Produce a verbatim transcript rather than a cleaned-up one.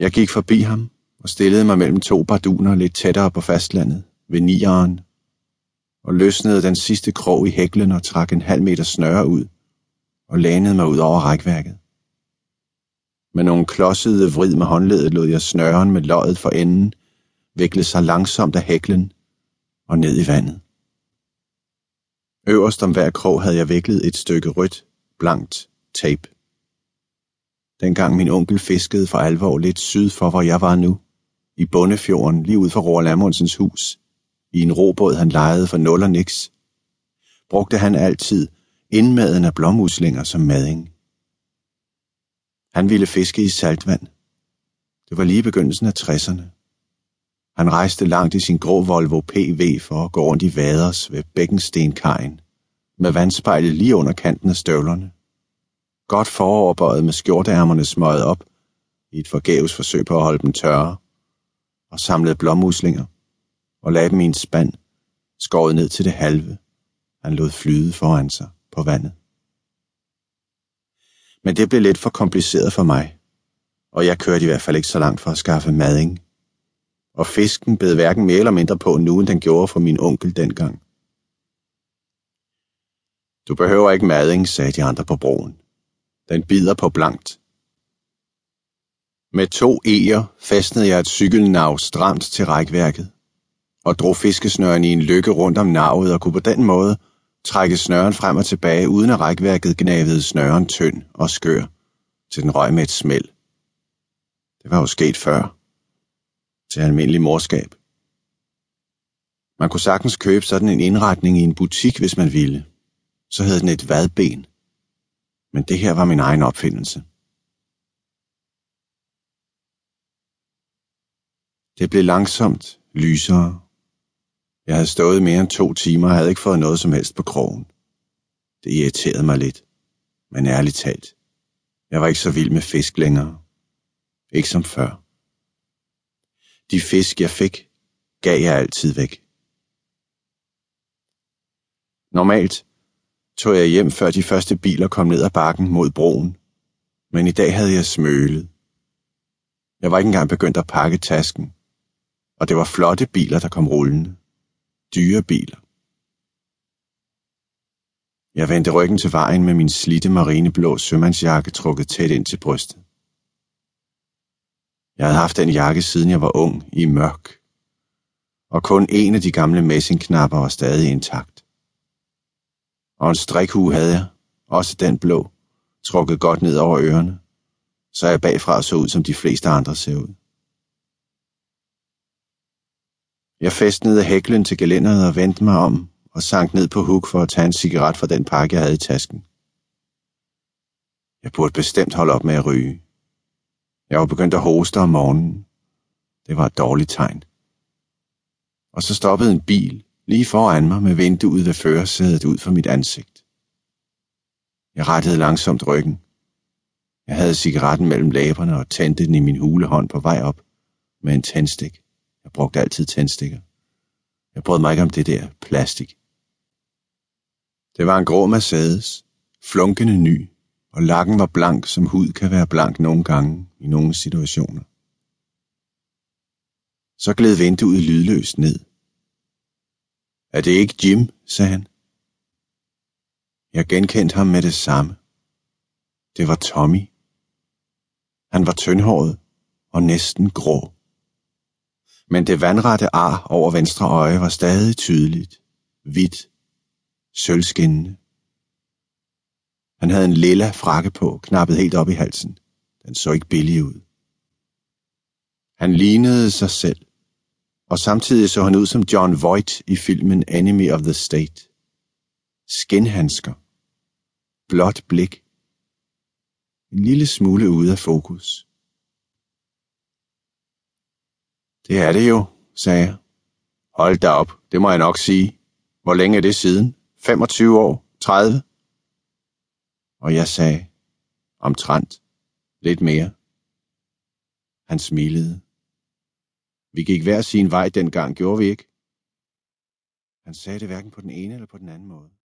Jeg gik forbi ham og stillede mig mellem to barduner lidt tættere på fastlandet, ved nieren, og løsnede den sidste krog i hæklen og trak en halv meter snøre ud, og lænede mig ud over rækværket. Med nogle klodsede vrid med håndledet lod jeg snøren med loddet for enden vikle sig langsomt af hæklen og ned i vandet. Øverst om hver krog havde jeg viklet et stykke rødt, blankt tape. Dengang min onkel fiskede for alvor lidt syd for, hvor jeg var nu, i Bondefjorden, lige ud for Roald Amundsens hus, i en robåd han lejede for nul og niks, brugte han altid indmaden af blåmuslinger som mading. Han ville fiske i saltvand. Det var lige begyndelsen af tresserne. Han rejste langt i sin grå Volvo P V for at gå rundt i vaders ved Bækkenstenkajen, med vandspejlet lige under kanten af støvlerne. Godt foroverbøjet med skjorteærmerne smøget op, i et forgæves forsøg på at holde dem tørre, og samlede blåmuslinger, og lagde dem i en spand, skåret ned til det halve, han lod flyde foran sig på vandet. Men det blev lidt for kompliceret for mig, og jeg kørte i hvert fald ikke så langt for at skaffe mading. Og fisken bed hverken mere eller mindre på nu, end den gjorde for min onkel dengang. Du behøver ikke mading, sagde de andre på broen. Den bider på blankt. Med to eger fæstnede jeg et cykelnav stramt til rækværket, og drog fiskesnøren i en lykke rundt om navet og kunne på den måde trække snøren frem og tilbage, uden at rækværket gnavede snøren tynd og skør, til den røg med et smæld. Det var jo sket før. Til almindelig morskab. Man kunne sagtens købe sådan en indretning i en butik, hvis man ville. Så hed den et vadben. Men det her var min egen opfindelse. Det blev langsomt lysere. Jeg havde stået mere end to timer og havde ikke fået noget som helst på krogen. Det irriterede mig lidt. Men ærligt talt, jeg var ikke så vild med fisk længere. Ikke som før. De fisk, jeg fik, gav jeg altid væk. Normalt tog jeg hjem, før de første biler kom ned ad bakken mod broen, men i dag havde jeg smølet. Jeg var ikke engang begyndt at pakke tasken, og det var flotte biler, der kom rullende. Dyre biler. Jeg vendte ryggen til vejen med min slidte marineblå sømandsjakke trukket tæt ind til brystet. Jeg havde haft den jakke, siden jeg var ung, i mørk, og kun en af de gamle messingknapper var stadig intakt. Og en strikhue havde jeg, også den blå, trukket godt ned over ørerne, så jeg bagfra så ud, som de fleste andre ser ud. Jeg fæstnede hæklen til gelænderet og vendte mig om og sank ned på huk for at tage en cigaret fra den pakke, jeg havde i tasken. Jeg burde bestemt holde op med at ryge. Jeg var begyndt at hoste om morgenen. Det var et dårligt tegn. Og så stoppede en bil lige foran mig med vinduet ved førersædet ud for mit ansigt. Jeg rettede langsomt ryggen. Jeg havde cigaretten mellem læberne og tændte den i min hulehånd på vej op med en tændstik. Jeg brugte altid tændstikker. Jeg brød mig ikke om det der plastik. Det var en grå Mercedes, flunkende ny, og lakken var blank, som hud kan være blank nogle gange i nogle situationer. Så gled vinduet lydløst ned. Er det ikke Jim, sagde han. Jeg genkendte ham med det samme. Det var Tommy. Han var tyndhåret og næsten grå. Men det vandrette ar over venstre øje var stadig tydeligt, hvidt, sølvskinnende. Han havde en lilla frakke på, knappet helt op i halsen. Den så ikke billig ud. Han lignede sig selv, og samtidig så han ud som John Voight i filmen Enemy of the State. Skinhandsker. Blåt blik. En lille smule ude af fokus. Det er det jo, sagde jeg. Hold da op, det må jeg nok sige. Hvor længe er det siden? femogtyve år? tredive? Og jeg sagde, omtrent, lidt mere. Han smilede. Vi gik hver sin vej dengang, gjorde vi ikke? Han sagde det hverken på den ene eller på den anden måde.